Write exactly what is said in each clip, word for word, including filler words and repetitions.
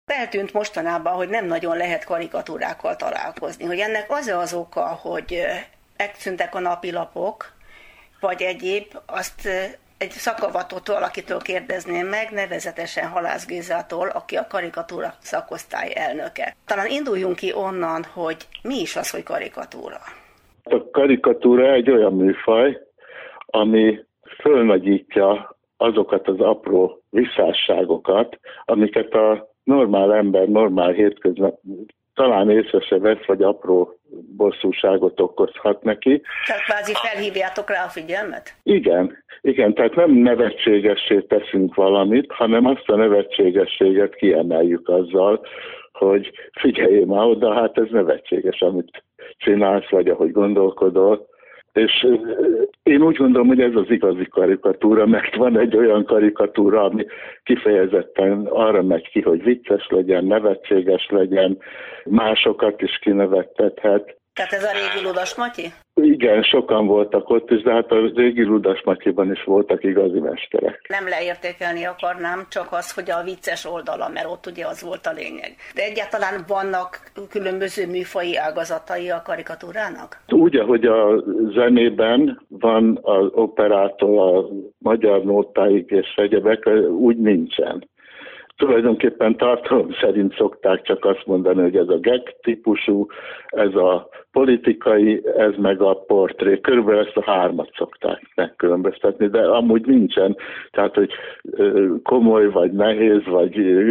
Eltűnt mostanában, hogy nem nagyon lehet karikatúrákkal találkozni. Hogy ennek az az oka, hogy megszűntek a napilapok, vagy egyéb, azt egy szakavatótól, akitől kérdezném meg, nevezetesen Halász Gézától, aki a karikatúra szakosztály elnöke. Talán induljunk ki onnan, hogy mi is az, hogy karikatúra. A karikatúra egy olyan műfaj, ami fölnagyítja azokat az apró visszásságokat, amiket a normál ember, normál hétköznap talán észre se vesz, vagy apró bosszúságot okozhat neki. Tehát kvázi felhívjátok rá a figyelmet? Igen, igen, tehát nem nevetségessé teszünk valamit, hanem azt a nevetségességet kiemeljük azzal, hogy figyelj már oda, hát ez nevetséges, amit csinálsz, vagy ahogy gondolkodol. És én úgy gondolom, hogy ez az igazi karikatúra, mert van egy olyan karikatúra, ami kifejezetten arra megy ki, hogy vicces legyen, nevetséges legyen, másokat is kinevettethet. Tehát ez a régi Ludas Matyi? Igen, sokan voltak ott is, de hát a régi Ludas Matyiban is voltak igazi mesterek. Nem leértékelni akarnám, csak az, hogy a vicces oldala, mert ott ugye az volt a lényeg. De egyáltalán vannak különböző műfaji ágazatai a karikatúrának? Úgy, ahogy a zenében van az operától a magyar nótáig és egyebek, úgy nincsen. Tulajdonképpen tartalom szerint szokták csak azt mondani, hogy ez a gag típusú, ez a politikai, ez meg a portré. Körülbelül ezt a hármat szokták megkülönböztetni, de amúgy nincsen. Tehát, hogy komoly, vagy nehéz, vagy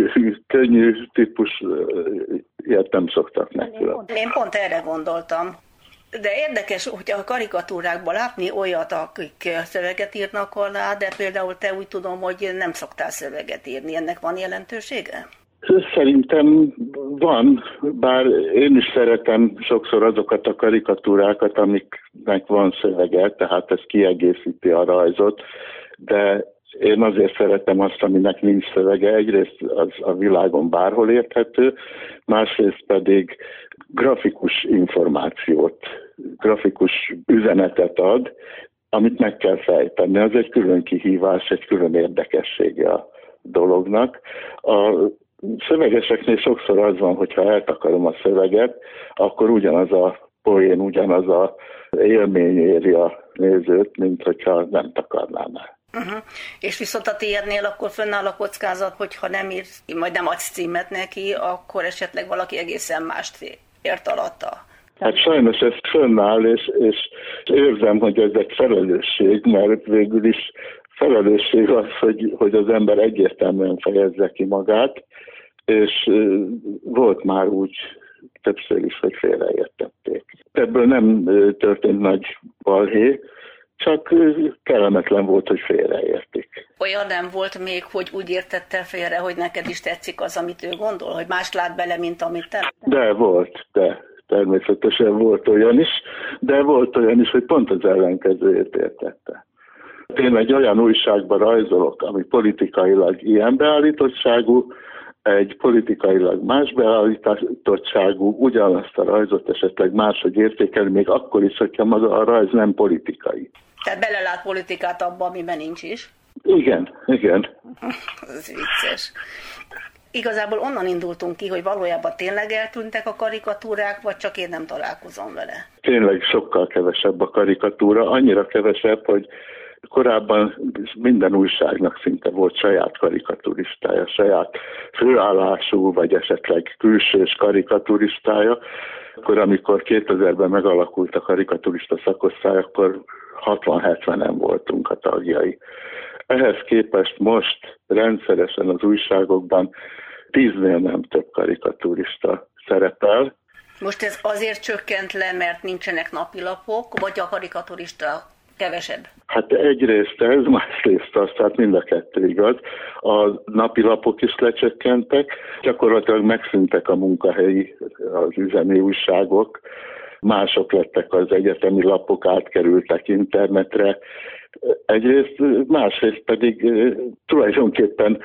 könnyű típus, ilyet nem szoktak megkülönböztetni. Én pont erre gondoltam. De érdekes, hogy a karikatúrákban látni olyat, akik szöveget írnak alá, de például te úgy tudom, hogy nem szoktál szöveget írni. Ennek van jelentősége? Szerintem van, bár én is szeretem sokszor azokat a karikatúrákat, amiknek van szövege, tehát ez kiegészíti a rajzot, de én azért szeretem azt, aminek nincs szövege. Egyrészt az a világon bárhol érthető, másrészt pedig grafikus információt, grafikus üzenetet ad, amit meg kell fejteni. Az egy külön kihívás, egy külön érdekessége a dolognak. A szövegeseknél sokszor az van, hogyha eltakarom a szöveget, akkor ugyanaz a poén, ugyanaz a élmény éri a nézőt, mint hogyha nem takarnám el. Uh-huh. És viszont a tiédnél akkor fönnáll a kockázat, hogyha nem írsz, majd nem adsz címet neki, akkor esetleg valaki egészen mást ért alatta. Hát sajnos ez fönnáll, és, és érzem, hogy ez egy felelősség, mert végül is felelősség az, hogy, hogy az ember egyértelműen fejezze ki magát, és volt már úgy többször is, hogy félreértették. Ebből nem történt nagy balhé, csak kellemetlen volt, hogy félreértik. Olyan nem volt még, hogy úgy értette félre, hogy neked is tetszik az, amit ő gondol, hogy más lát bele, mint amit te? De volt, de természetesen volt olyan is, de volt olyan is, hogy pont az ellenkezőjét értette. Én egy olyan újságban rajzolok, ami politikailag ilyen beállítottságú, egy politikailag más beállítottságú, ugyanazt a rajzot esetleg máshogy értékel, még akkor is, hogyha maga a rajz nem politikai. Tehát belelát politikát abba, amiben nincs is? Igen, igen. Ez vicces. Igazából onnan indultunk ki, hogy valójában tényleg eltűntek a karikatúrák, vagy csak én nem találkozom vele? Tényleg sokkal kevesebb a karikatúra, annyira kevesebb, hogy korábban minden újságnak szinte volt saját karikaturistája, saját főállású, vagy esetleg külsős karikaturistája. Akkor, amikor kétezerben megalakult a karikaturista szakosztály, akkor hatvan-hetvenen voltunk a tagjai. Ehhez képest most rendszeresen az újságokban tíznél nem több karikaturista szerepel. Most ez azért csökkent le, mert nincsenek napilapok, vagy a karikaturista kevesebb? Hát egyrészt ez, másrészt az, tehát mind a kettő igaz. A napilapok is lecsökkentek, gyakorlatilag megszűntek a munkahelyi, az üzemi újságok, mások lettek az egyetemi lapok, átkerültek internetre. Egyrészt, másrészt pedig tulajdonképpen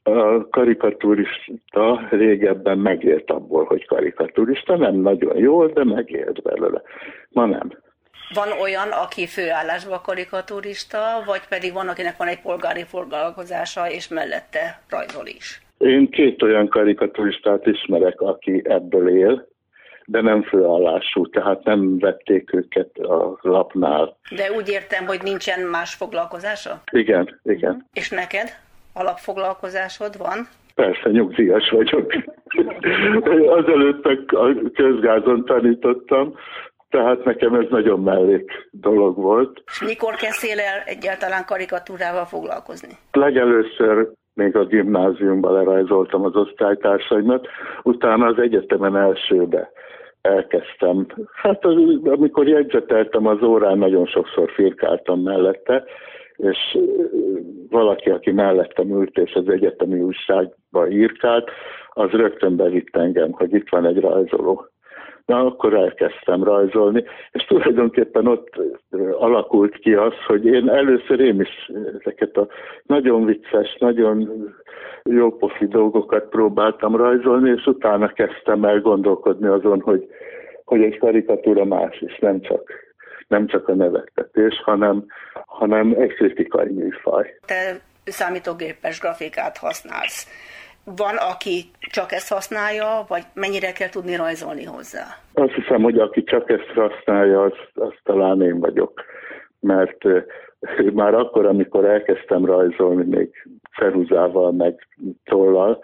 a karikaturista régebben megélt abból, hogy karikaturista, nem nagyon jól, de megélt belőle. Ma nem. Van olyan, aki főállásban karikaturista, vagy pedig van, akinek van egy polgári foglalkozása, és mellette rajzol is? Én két olyan karikaturistát ismerek, aki ebből él, de nem főállású, tehát nem vették őket a lapnál. De úgy értem, hogy nincsen más foglalkozása? Igen, igen. És neked alapfoglalkozásod van? Persze, nyugdíjas vagyok. Azelőtt a közgázon tanítottam, tehát nekem ez nagyon mellék dolog volt. És mikor kezdtél el egyáltalán karikatúrával foglalkozni? Legelőször még a gimnáziumban lerajzoltam az osztálytársaimat, utána az egyetemen elsőbe elkezdtem. Hát az, amikor jegyzeteltem az órán, nagyon sokszor firkáltam mellette, és valaki, aki mellettem ült és az egyetemi újságba írkált, az rögtön bevitt engem, hogy itt van egy rajzoló. Na, akkor elkezdtem rajzolni, és tulajdonképpen ott alakult ki az, hogy én először én is ezeket a nagyon vicces, nagyon jópofi dolgokat próbáltam rajzolni, és utána kezdtem el gondolkodni azon, hogy, hogy egy karikatúra más is, nem csak, nem csak a nevettetés, hanem, hanem egy kritikai műfaj. Te számítógépes grafikát használsz. Van, aki csak ezt használja, vagy mennyire kell tudni rajzolni hozzá? Azt hiszem, hogy aki csak ezt használja, az, az talán én vagyok. Mert már akkor, amikor elkezdtem rajzolni, még ceruzával, meg tollal,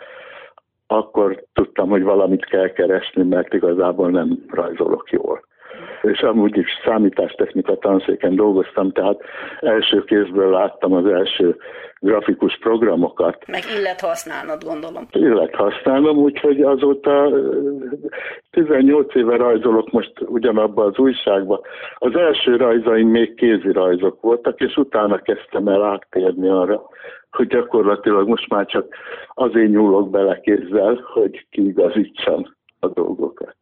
akkor tudtam, hogy valamit kell keresni, mert igazából nem rajzolok jól. És amúgy is számítástechnika tanszéken dolgoztam, tehát első kézből láttam az első grafikus programokat. Meg illet használnod, gondolom. Illet használom, úgyhogy azóta tizennyolc éve rajzolok most ugyanabban az újságban. Az első rajzaim még kézi rajzok voltak, és utána kezdtem el áttérni arra, hogy gyakorlatilag most már csak azért nyúlok bele kézzel, hogy kiigazítsam a dolgokat.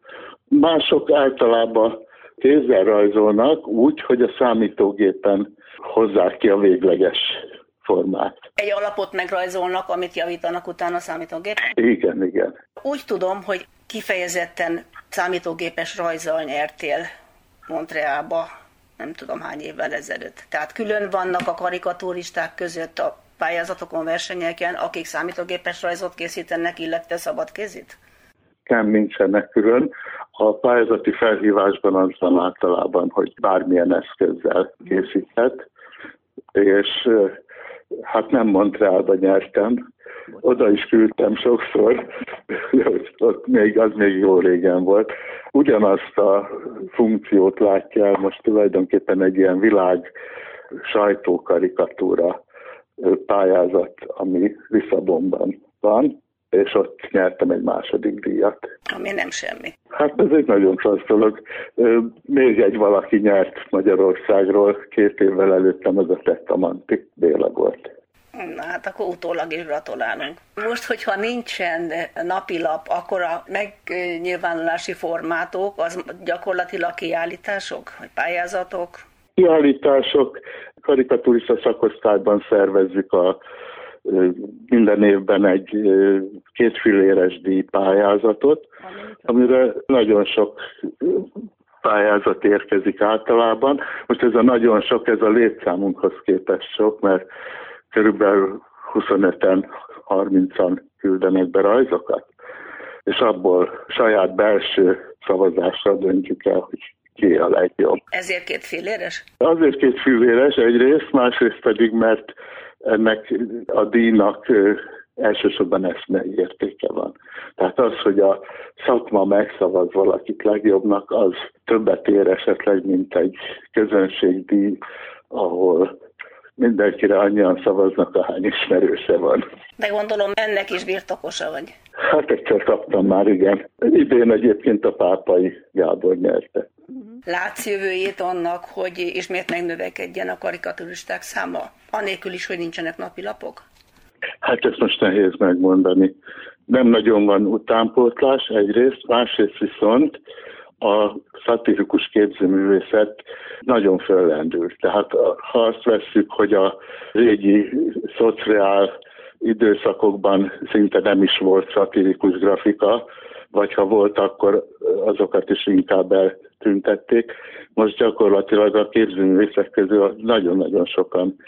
Mások általában kézzel rajzolnak úgy, hogy a számítógépen hozzák ki a végleges formát. Egy alapot megrajzolnak, amit javítanak utána a számítógépen? Igen, igen. Úgy tudom, hogy kifejezetten számítógépes rajzzal nyertél Montrealba, nem tudom hány évvel ezelőtt. Tehát külön vannak a karikaturisták között a pályázatokon, versenyeken, akik számítógépes rajzot készítenek, illetve szabadkézit? Nem, nincsenek külön. A pályázati felhívásban az van általában, hogy bármilyen eszközzel készíthet, és hát nem Montrealba nyertem, oda is küldtem sokszor, ott még, az még jó régen volt. Ugyanazt a funkciót látja el most tulajdonképpen egy ilyen világ sajtókarikatúra pályázat, ami Lisszabonban van, és ott nyertem egy második díjat. Ami nem semmi. Hát ez egy nagyon klassz dolog. Még egy valaki nyert Magyarországról, két évvel előttem, az a Tettamanti Béla volt. Na hát akkor utólag is gratulálunk. Most, hogyha nincsen napilap, akkor a megnyilvánulási formátok, az gyakorlatilag kiállítások, vagy pályázatok? Kiállítások, karikaturista szakosztályban szervezzük a minden évben egy kétfiléres díjpályázatot, amire nagyon sok pályázat érkezik általában. Most ez a nagyon sok, ez a létszámunkhoz képest sok, mert körülbelül huszonöten, harmincan küldenek be rajzokat, és abból saját belső szavazásra döntjük el, hogy ki a legjobb. Ezért két filléres? Azért két filléres egyrészt, másrészt pedig, mert ennek a díjnak elsősorban eszmei értéke van. Tehát az, hogy a szakma megszavaz valakit legjobbnak, az többet ér esetleg, mint egy közönségdíj, ahol mindenkire annyian szavaznak, ahány ismerőse van. De gondolom, ennek is birtokosa vagy. Hát egyszer kaptam már, igen. Idén egyébként a Pápai Gábor nyerte. Látsz jövőjét annak, hogy ismét megnövekedjen a karikaturisták száma? Anélkül is, hogy nincsenek napilapok? Hát ezt most nehéz megmondani. Nem nagyon van utánpótlás egyrészt, másrészt viszont a szatirikus képzőművészet nagyon föllendült. Tehát ha azt vesszük, hogy a régi szociál időszakokban szinte nem is volt szatirikus grafika, vagy ha volt, akkor azokat is inkább eltüntették. Most gyakorlatilag a képzőművészek közül nagyon-nagyon sokan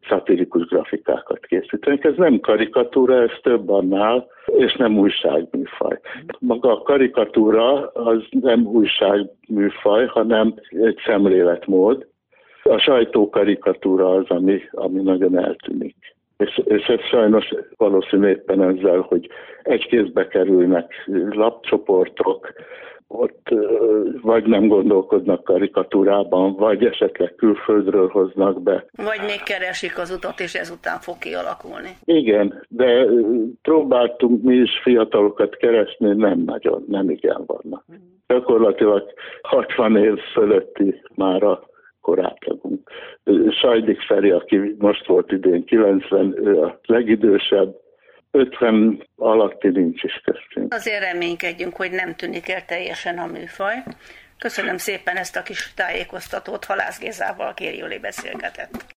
szatirikus grafikákat készítenek. Ez nem karikatúra, ez több annál, és nem újságműfaj. Maga a karikatúra az nem újságműfaj, hanem egy szemléletmód. A sajtókarikatúra az, ami, ami nagyon eltűnik. És, és ez sajnos valószínű éppen ezzel, hogy egy kézbe kerülnek lapcsoportok, ott vagy nem gondolkodnak karikatúrában, vagy esetleg külföldről hoznak be. Vagy még keresik az utat, és ezután fog kialakulni. Igen, de próbáltunk mi is fiatalokat keresni, nem nagyon, nem igen vannak. Gyakorlatilag hatvan év fölötti már a korátlagunk. Sajdik Feri, aki most volt idén kilencven, ő a legidősebb, ötven alatti nincs is köztünk. Azért reménykedjünk, hogy nem tűnik el teljesen a műfaj. Köszönöm szépen ezt a kis tájékoztatót, Halász Gézával Kéri Juli beszélgetett.